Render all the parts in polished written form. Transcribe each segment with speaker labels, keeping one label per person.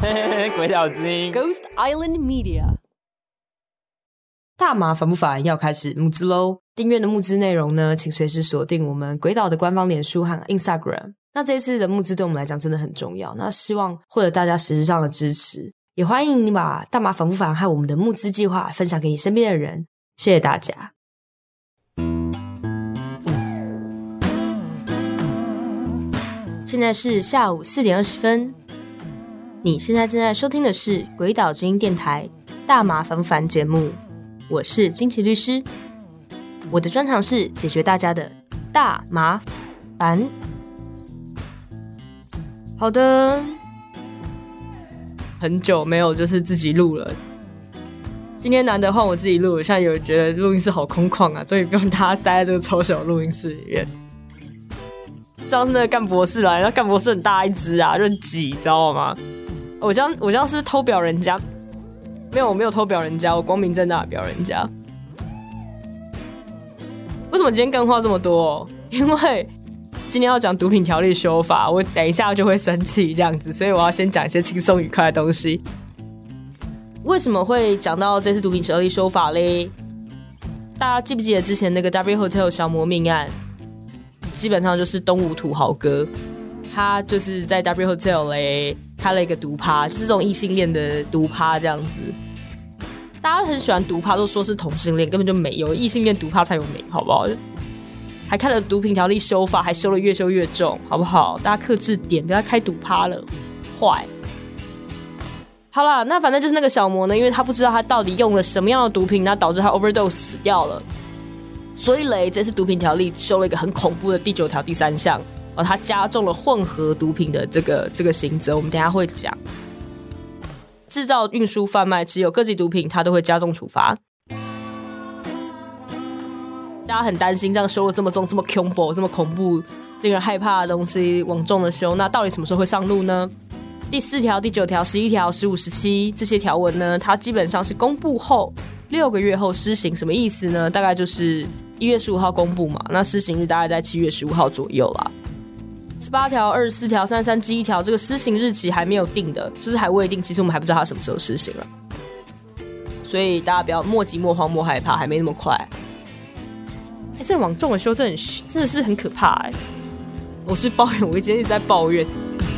Speaker 1: 鬼岛之音
Speaker 2: Ghost Island Media。
Speaker 3: 大麻烦不烦？要开始募资咯。订阅的募资内容呢，请随时锁定我们鬼岛的官方脸书和 Instagram。那这一次的募资对我们来讲真的很重要，那希望获得大家实质上的支持，也欢迎你把大麻烦不烦和我们的募资计划分享给你身边的人。谢谢大家。现在是下午4点20分，你现在正在收听的是鬼岛之音电台大麻烦不烦节目，我是金奇律师。我的专长是解决大家的大麻烦。好的，很久没有就是自己录了，今天难得换我自己录，现在有人觉得录音室好空旷啊，终于不用大家塞在这个超小录音室里面。这样是那个干博士来，那干博士很大一只啊，就很挤，知道吗？我这样是不是偷表人家？没有，我没有偷表人家，我光明正大的表人家。为什么今天干话这么多？因为今天要讲毒品条例修法，我等一下就会生气这样子，所以我要先讲一些轻松愉快的东西。为什么会讲到这次毒品条例修法嘞？大家记不记得之前那个 W Hotel 小魔命案？基本上就是东吴土豪哥，他就是在 W Hotel 嘞开了一个毒趴，就是这种异性恋的毒趴这样子。大家很喜欢毒趴，都说是同性恋，根本就没有，异性恋毒趴才有名，好不好？还看了毒品条例修法，还修了越修越重，好不好？大家克制点，不要开毒趴了，坏。好啦，那反正就是那个小魔呢，因为他不知道他到底用了什么样的毒品，那导致他 overdose 死掉了。所以嘞，这次毒品条例修了一个很恐怖的第9条第3项，它加重了混合毒品的这个刑责，我们等一下会讲。制造、运输、贩卖、持有各级毒品，它都会加重处罚。大家很担心，这样修了这么重、这么恐怖、这么恐怖、令人害怕的东西，往重的修，那到底什么时候会上路呢？第4条、第9条、11条、15、17这些条文呢，它基本上是公布后6个月后施行。什么意思呢？大概就是1月15号公布嘛，那施行日大概在7月15号左右啦。18条、24条、33、1条，这个施行日期还没有定的，就是还未定，其实我们还不知道它什么时候施行了，所以大家不要莫急莫慌莫害怕，还没那么快。这往重的修正真的是很可怕欸。我是抱怨，我今天一直在抱怨。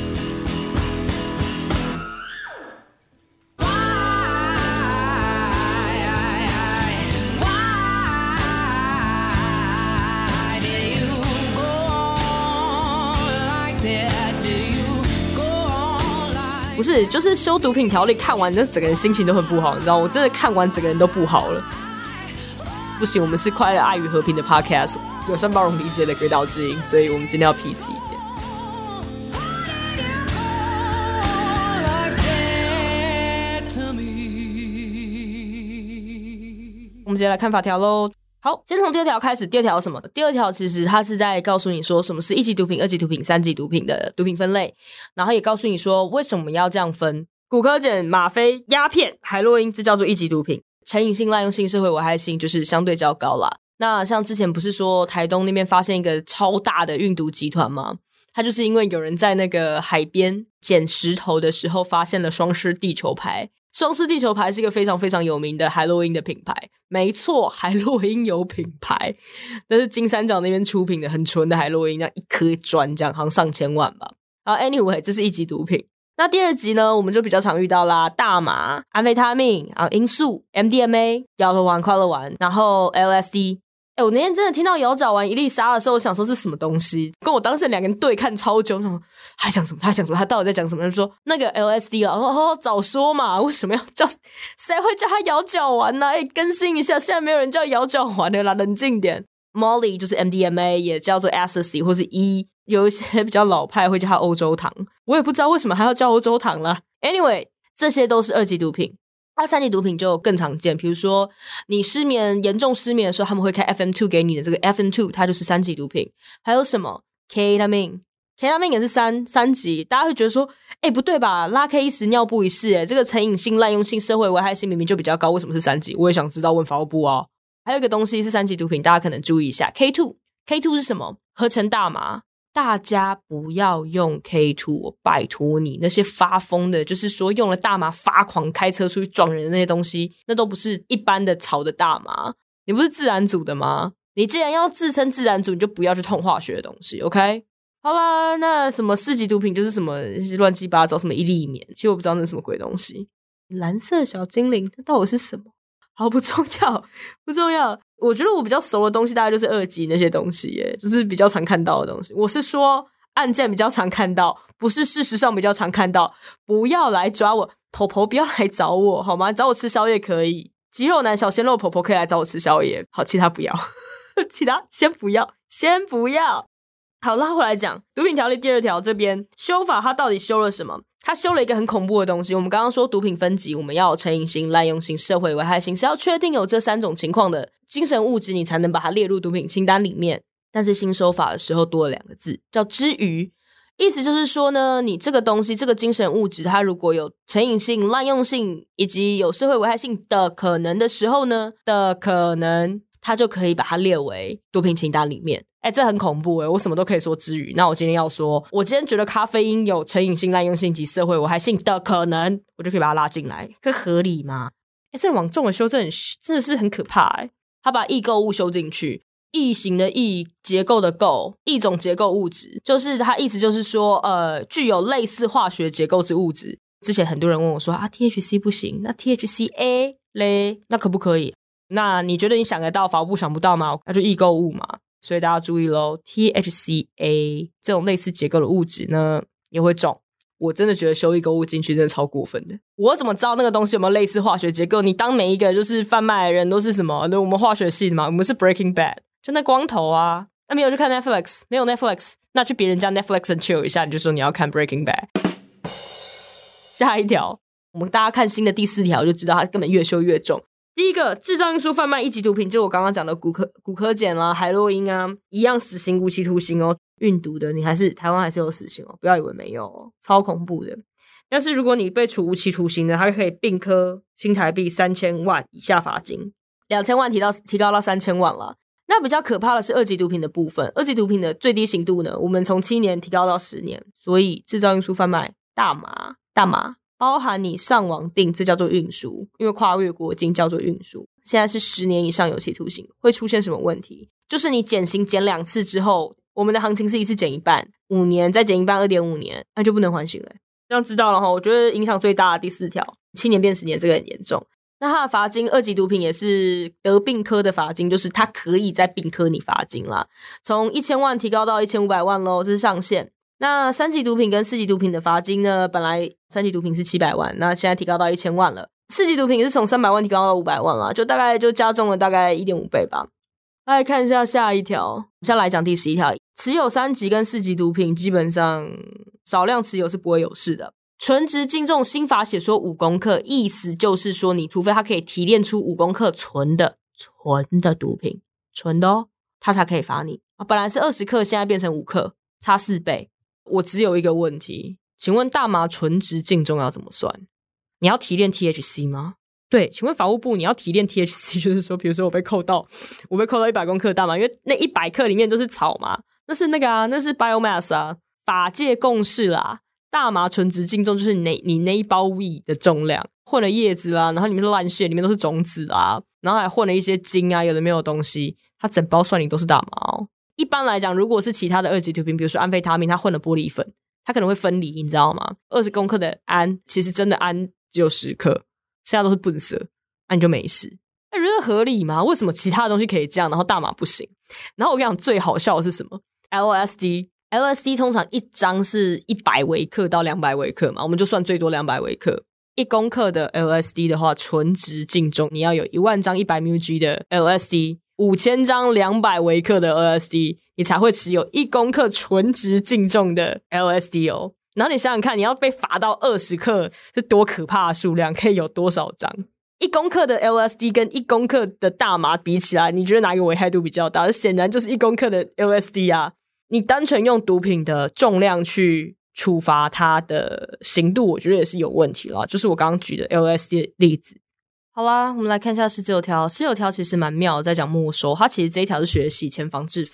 Speaker 3: 不是，就是修毒品条例看完，那整个人心情都很不好，你知道，我真的看完整个人都不好了。不行，我们是快乐、爱与和平的 podcast， 友善包容理解的鬼岛之音，所以我们今天要 PC 一点。我们接下来看法条咯。好，先从第2条开始。第2条什么？第2条其实它是在告诉你说什么是1级毒品、2级毒品、3级毒品的毒品分类，然后也告诉你说为什么要这样分。古柯碱、吗啡、鸦片、海洛因，这叫做1级毒品，成瘾性、滥用性、社会危害性就是相对较高啦。那像之前不是说台东那边发现一个超大的运毒集团吗？它就是因为有人在那个海边捡石头的时候发现了双狮地球牌。双狮地球牌是一个非常非常有名的海洛因的品牌，没错，海洛因有品牌，那是金三角那边出品的很纯的海洛因，这样一颗砖这样好像上千万吧。好 anyway， 这是1级毒品。那第2级呢，我们就比较常遇到啦，大麻、安非他命、罂粟、MDMA、摇头丸、快乐丸，然后 LSD。我那天真的听到摇角丸一粒沙的时候，我想说这是什么东西，跟我当时2个人对看超久，我想说他讲什么，他讲什么，他到底在讲什么？他说那个 LSD 啊，早说嘛，为什么要叫，谁会叫他摇角丸呢？更新一下，现在没有人叫摇角丸的啦，冷静点。Molly 就是 MDMA， 也叫做 Ecstasy 或是 E， 有一些比较老派会叫它欧洲糖，我也不知道为什么还要叫欧洲糖啦。Anyway， 这些都是2级毒品。那3级毒品就更常见，比如说你失眠，严重失眠的时候，他们会开 FM2 给你的，这个 FM2 它就是3级毒品。还有什么 Ketamine 也是三级。大家会觉得说不对吧，拉 K 一时尿布一世，这个成瘾性、滥用性、社会危害性明明就比较高，为什么是3级？我也想知道，问法务部啊。还有一个东西是3级毒品，大家可能注意一下 K2 是什么？合成大麻。 大家不要用 K2， 我拜托你，那些发疯的，就是说用了大麻发狂开车出去撞人的那些东西，那都不是一般的草的大麻。你不是自然组的吗？你既然要自称自然组，你就不要去碰化学的东西 OK。 好啦，那什么4级毒品就是什么乱七八糟，什么一粒棉，其实我不知道那是什么鬼东西。蓝色小精灵那到底是什么？好，不重要不重要。我觉得我比较熟的东西大概就是2级那些东西耶，就是比较常看到的东西。我是说案件比较常看到，不是事实上比较常看到。不要来抓我，婆婆不要来找我好吗？找我吃宵夜可以，肌肉男小鲜肉婆婆可以来找我吃宵夜，好，其他不要其他先不要。好，拉回来讲毒品条例第2条这边修法，它到底修了什么？它修了一个很恐怖的东西。我们刚刚说毒品分级，我们要有成瘾性、滥用性、社会危害性，是要确定有这3种情况的精神物质，你才能把它列入毒品清单里面。但是新修法的时候多了2个字，叫之余。意思就是说呢，你这个东西，这个精神物质，它如果有成瘾性、滥用性以及有社会危害性的可能的时候呢，它就可以把它列为毒品清单里面。这很恐怖我什么都可以说之余，那我今天要说，我今天觉得咖啡因有成瘾性、滥用性及社会危害性的可能，我就可以把它拉进来，这合理吗？这往重的修正真的是很可怕他把异构物修进去，异形的异，结构的构，异种结构物质，就是它意思就是说具有类似化学结构之物质。之前很多人问我说THC 不行，那 THCA 嘞，那可不可以？那你觉得你想得到，法务部想不到吗？那就异构物嘛。所以大家注意咯， THCA 这种类似结构的物质呢也会中。我真的觉得修异构物进去真的超过分的。我怎么知道那个东西有没有类似化学结构？你当每一个就是贩卖的人都是什么？我们化学系的嘛，我们是 Breaking Bad， 就那光头啊。那没有去看 Netflix， 没有 Netflix， 那去别人家 Netflix and chill 一下，你就说你要看 Breaking Bad。 下一条，我们大家看新的第4条就知道它根本越修越重。第一个，制造、运输、贩卖1级毒品，就我刚刚讲的古柯碱啦、海洛因啊，一样死刑、无期徒刑运毒的你台湾还是有死刑不要以为没有超恐怖的。但是如果你被处无期徒刑的，它可以并科新台币3000万以下罚金，2000万提高到3000万了。那比较可怕的是2级毒品的部分。2级毒品的最低刑度呢，我们从7年提高到10年。所以制造、运输、贩卖大麻包含你上网订，这叫做运输，因为跨越国境叫做运输。现在是10年以上有期徒刑。会出现什么问题？就是你减刑减2次之后，我们的行情是1次减一半，5年再减一半 2.5 年，那就不能缓刑了。这样知道了我觉得影响最大的第4条，7年变10年，这个很严重。那它的罚金，2级毒品也是得并科的罚金，就是它可以再并科你罚金啦，从1000万提高到1500万咯，这是上限。那3级毒品跟4级毒品的罚金呢，本来3级毒品是700万，那现在提高到1000万了。4级毒品是从300万提高到500万了，就大概就加重了大概 1.5 倍吧。来看一下下一条，现在来讲第11条，持有3级跟4级毒品基本上少量持有是不会有事的。纯值净重新法写说5公克，意思就是说你除非它可以提炼出5公克纯的毒品，纯的它才可以罚你。本来是20克，现在变成5克，差4倍。我只有一个问题，请问大麻纯值净重要怎么算？你要提炼 THC 吗？对，请问法务部你要提炼 THC， 就是说比如说我被扣到100公克大麻，因为那100克里面都是草嘛，那是那是 biomass 啊，法界共识啦。大麻纯值净重就是你那一包 weed 的重量，混了叶子啦，然后里面是烂屑，里面都是种子啦，然后还混了一些精啊，有的没有东西，它整包算你都是大麻一般来讲，如果是其他的2级毒品，比如说安非他命，它混了玻璃粉，它可能会分离，你知道吗？20公克的胺，其实真的胺只有10克，剩下都是笨色，那你就没事。那觉得合理吗？为什么其他的东西可以这样，然后大麻不行？然后我跟你讲，最好笑的是什么 ？LSD 通常1张是100微克到200微克嘛，我们就算最多200微克。1公克的 LSD 的话，纯值净重，你要有10000张100 mg 的 LSD。5000张200微克的 LSD， 你才会持有1公克纯值净重的 LSD 然后你想想看，你要被罚到20克是多可怕的数量，可以有多少张？1公克的 LSD 跟1公克的大麻比起来，你觉得哪一个危害度比较大？显然就是1公克的 LSD 啊！你单纯用毒品的重量去处罚它的刑度，我觉得也是有问题啦。就是我刚刚举的 LSD 的例子。好啦，我们来看一下19条。19条其实蛮妙的，在讲没收。它其实这一条是学洗钱防治法。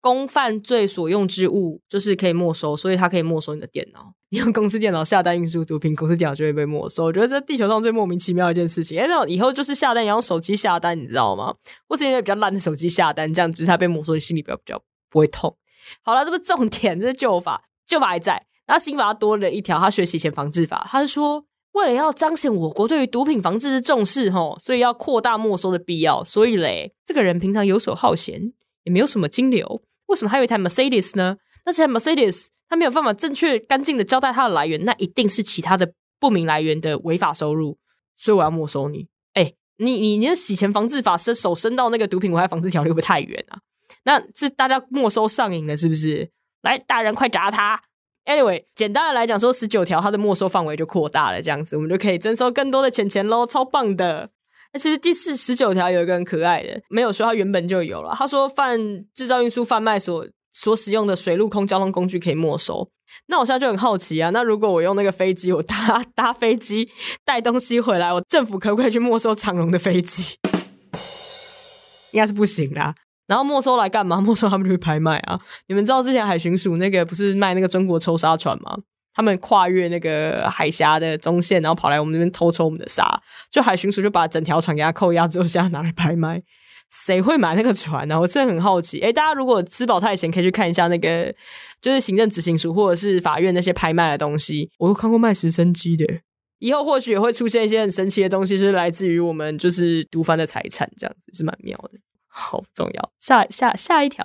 Speaker 3: 公犯罪所用之物就是可以没收，所以它可以没收你的电脑。你用公司电脑下单运输毒品，公司电脑就会被没收。我觉得这地球上最莫名其妙的一件事情。那种以后就是下单也要用手机下单，你知道吗？或是因为比较烂的手机下单，这样就是它被没收，你心里比较不会痛。好了，这不是重点，这是旧法还在。然后新法多了一条，他学洗钱防治法，他是说为了要彰显我国对于毒品防治的重视所以要扩大没收的必要。所以嘞，这个人平常游手好闲，也没有什么金流，为什么还有一台 Mercedes 呢？那这台 Mercedes 他没有办法正确干净的交代它的来源，那一定是其他的不明来源的违法收入，所以我要没收你。你的洗钱防治法手伸到那个毒品危害防治条例会不会太远啊？那是大家没收上瘾了是不是？来，大人快砸他。Anyway， 简单的来讲说19条它的没收范围就扩大了，这样子我们就可以征收更多的钱咯，超棒的。那其实第19条有一个很可爱的，没有说它原本就有了。他说制造运输贩卖所使用的水陆空交通工具可以没收。那我现在就很好奇啊，那如果我用那个飞机，我搭飞机带东西回来，我政府可不可以去没收长荣的飞机？应该是不行啦。然后没收来干嘛？没收他们就会拍卖啊！你们知道之前海巡署那个不是卖那个中国抽沙船吗？他们跨越那个海峡的中线，然后跑来我们那边偷抽我们的沙，就海巡署就把整条船给他扣押之后，现在拿来拍卖。谁会买那个船呢？我真的很好奇。大家如果吃饱太闲，可以去看一下那个就是行政执行署或者是法院那些拍卖的东西。我有看过卖直升机的，以后或许也会出现一些很神奇的东西，是来自于我们就是毒贩的财产，这样子是蛮妙的。好重要。下一条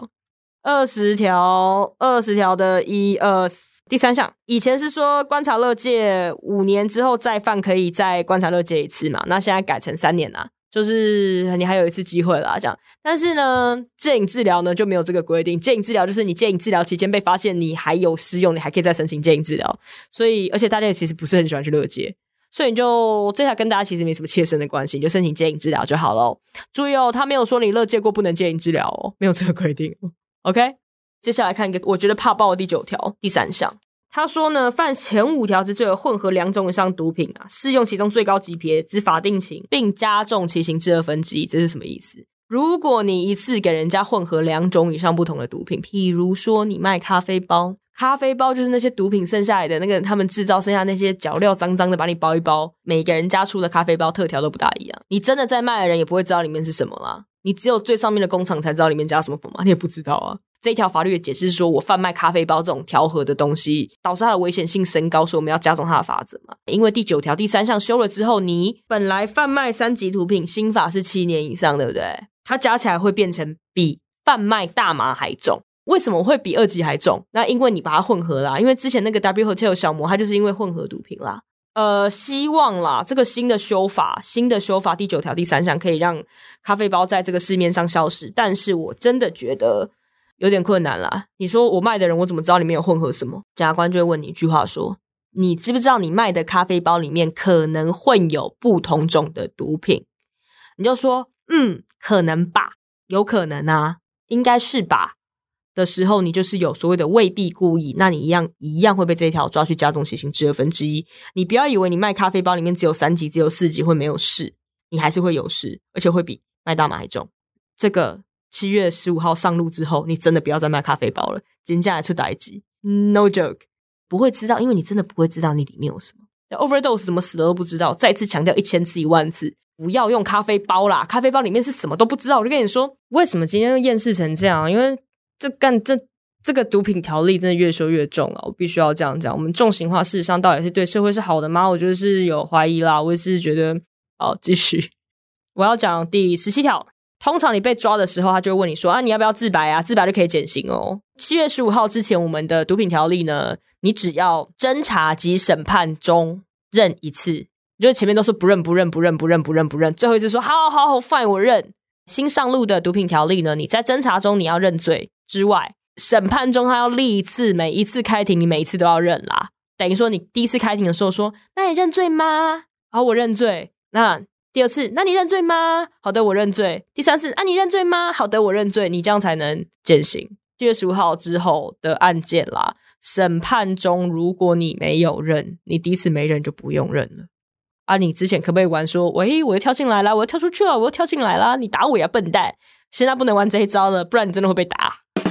Speaker 3: 20条的第3项，以前是说观察勒戒5年之后再犯可以再观察勒戒一次嘛，那现在改成3年啦，就是你还有一次机会啦这样。但是呢戒瘾治疗呢就没有这个规定，戒瘾治疗就是你戒瘾治疗期间被发现你还有施用，你还可以再申请戒瘾治疗。所以而且大家其实不是很喜欢去勒戒，所以你就这条跟大家其实没什么切身的关系，你就申请戒瘾治疗就好了。注意他没有说你勒戒过不能戒瘾治疗没有这个规定。 OK， 接下来看一个我觉得怕爆的第9条第3项，他说呢，犯前5条之罪的混合2种以上毒品适用其中最高级别之法定刑，并加重其刑至1/2。这是什么意思？如果你一次给人家混合2种以上不同的毒品，譬如说你卖咖啡包就是那些毒品剩下来的那个他们制造剩下那些脚料脏脏的把你包一包，每个人家出的咖啡包特调都不大一样，你真的在卖的人也不会知道里面是什么啦，你只有最上面的工厂才知道里面加什么粉嘛，你也不知道啊。这一条法律的解释是说，我贩卖咖啡包这种调和的东西导致它的危险性升高，所以我们要加重它的法则嘛。因为第9条第3项修了之后，你本来贩卖3级毒品新法是7年以上，对不对？它加起来会变成比贩卖大麻还重。为什么会比2级还重？那因为你把它混合啦，因为之前那个 W Hotel 小魔它就是因为混合毒品啦。希望啦这个新的修法第9条第3项可以让咖啡包在这个市面上消失，但是我真的觉得有点困难啦。你说我卖的人我怎么知道里面有混合什么？检察官就会问你一句话说，你知不知道你卖的咖啡包里面可能混有不同种的毒品？你就说可能吧，有可能啊，应该是吧的时候，你就是有所谓的未必故意，那你一样会被这一条抓去加重其刑至1/2。你不要以为你卖咖啡包里面只有3级只有4级会没有事，你还是会有事，而且会比卖大麻还重。这个7月15号上路之后，你真的不要再卖咖啡包了，真的出代志 ，no joke， 不会知道，因为你真的不会知道你里面有什么。overdose 怎么死的都不知道，再次强调1000次10000次，不要用咖啡包啦，咖啡包里面是什么都不知道。我就跟你说，为什么今天又厌世成这样？因为这个毒品条例真的越修越重了，我必须要这样讲。我们重刑化事实上到底是对社会是好的吗？我觉得是有怀疑啦。我也是觉得，好，继续。我要讲第17条。通常你被抓的时候，他就会问你说你要不要自白啊？自白就可以减刑哦。7月15号之前，我们的毒品条例呢，你只要侦查及审判中认一次，就是前面都是不认，最后一次说好 fine 我认。新上路的毒品条例呢，你在侦查中你要认罪之外，审判中他要立一次，每一次开庭你每一次都要认啦。等于说你第一次开庭的时候说，那你认罪吗？好，我认罪。那第2次，那你认罪吗？好的，我认罪。第3次，你认罪吗？好的，我认罪。你这样才能减刑。7月15号之后的案件啦，审判中如果你没有认，你第一次没认就不用认了。你之前可不可以玩说，喂，我又跳进来啦，我又跳出去了，我又跳进来啦，你打我呀笨蛋。现在不能玩这一招了，不然你真的会被打。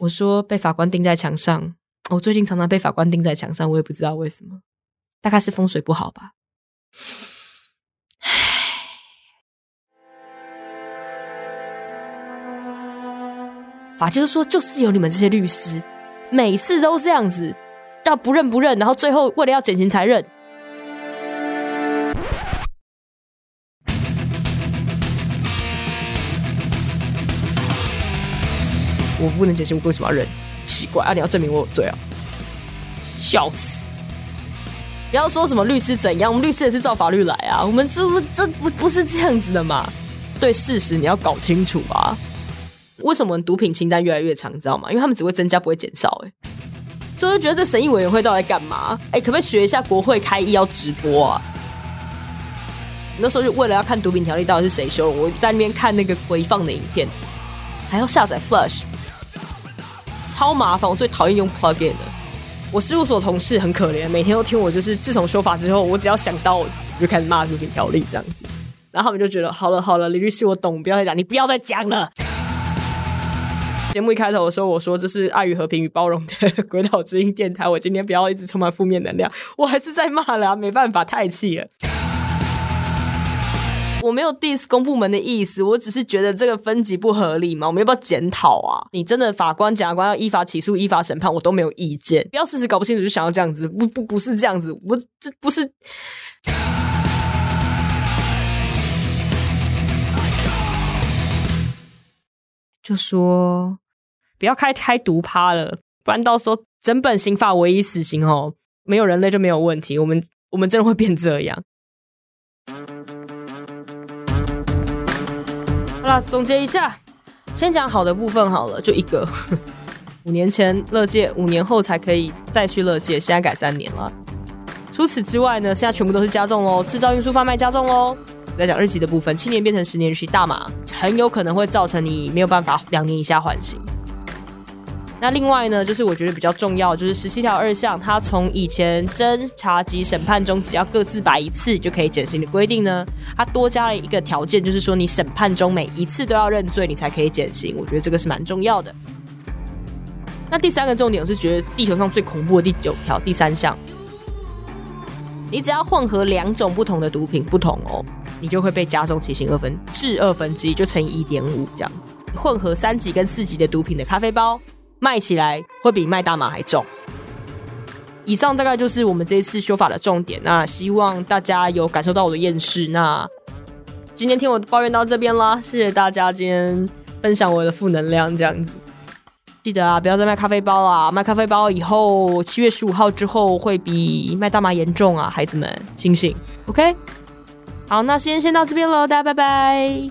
Speaker 3: 我说被法官钉在墙上，我最近常常被法官钉在墙上，我也不知道为什么，大概是风水不好吧。法就是说，就是有你们这些律师，每次都这样子，要不认不认，然后最后为了要减刑才认。我不能减刑，我为什么要认？奇怪啊！你要证明我有罪啊！笑死！不要说什么律师怎样，我们律师也是照法律来啊。我们这不是这样子的嘛？对事实你要搞清楚啊！为什么毒品清单越来越长，你知道吗？因为他们只会增加不会减少。所以我就觉得这审议委员会到底在干嘛？可不可以学一下国会开议要直播啊？那时候就为了要看毒品条例到底是谁修的，我在那边看那个回放的影片，还要下载 Flash。超麻烦，我最讨厌用 plugin 的。我事务所同事很可怜，每天都听我，就是自从修法之后，我只要想到我就开始骂毒品条例这样子，然后他们就觉得好了，李律师我懂，不要再讲，你不要再讲了。节目一开头的时候，我说这是爱与和平与包容的鬼岛之音电台，我今天不要一直充满负面能量，我还是在骂了啊，没办法，太气了。我没有 diss 公部门的意思，我只是觉得这个分级不合理嘛，我们要不要检讨啊？你真的法官、检察官要依法起诉、依法审判，我都没有意见。不要事实搞不清楚就想要这样子，不是这样子，这不是。就说不要开毒趴了，不然到时候整本刑法唯一死刑哦，没有人类就没有问题，我们真的会变这样。好啦，总结一下，先讲好的部分好了，就一个5年前勒戒，5年后才可以再去勒戒，现在改3年了。除此之外呢，现在全部都是加重咯，制造、运输、贩卖加重咯。在讲日期的部分，7年变成10年日期，大麻很有可能会造成你没有办法2年以下缓刑。那另外呢，就是我觉得比较重要，就是17条2项，它从以前侦查及审判中只要各自白1次就可以减刑的规定呢，它多加了一个条件，就是说你审判中每1次都要认罪，你才可以减刑。我觉得这个是蛮重要的。那第3个重点，我是觉得地球上最恐怖的第9条第3项，你只要混合2种不同的毒品不同哦，你就会被加重其刑至1/2，就乘以 1.5 这样子。混合3级跟4级的毒品的咖啡包卖起来会比卖大麻还重。以上大概就是我们这一次修法的重点，那希望大家有感受到我的厌世。那今天听我抱怨到这边啦，谢谢大家今天分享我的负能量这样子。记得啊，不要再卖咖啡包啦，卖咖啡包以后7月15号之后会比卖大麻严重啊，孩子们醒醒 OK。 好，那先到这边咯，大家拜拜。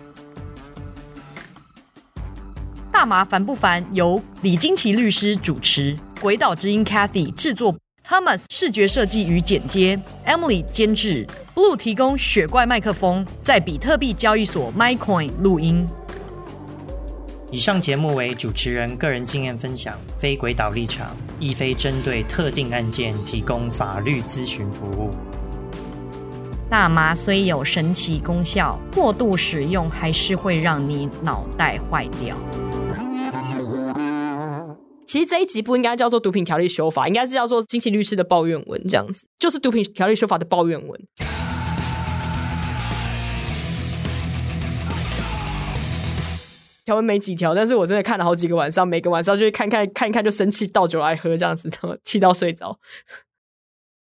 Speaker 1: 大麻烦不烦？由李金奇律师主持，鬼岛之音 Cathy 制作 ，Thomas 视觉设计与剪接 ，Emily 监制 ，Blue 提供雪怪麦克风，在比特币交易所 MyCoin 录音。
Speaker 4: 以上节目为主持人个人经验分享，非鬼岛立场，亦非针对特定案件提供法律咨询服务。
Speaker 1: 大麻虽有神奇功效，过度使用还是会让你脑袋坏掉。
Speaker 3: 其实这一集不应该叫做毒品条例修法，应该是叫做金奇律师的抱怨文，这样子就是毒品条例修法的抱怨文。条文没几条，但是我真的看了好几个晚上，每个晚上就看一看就生气，倒酒来喝这样子，气到睡着。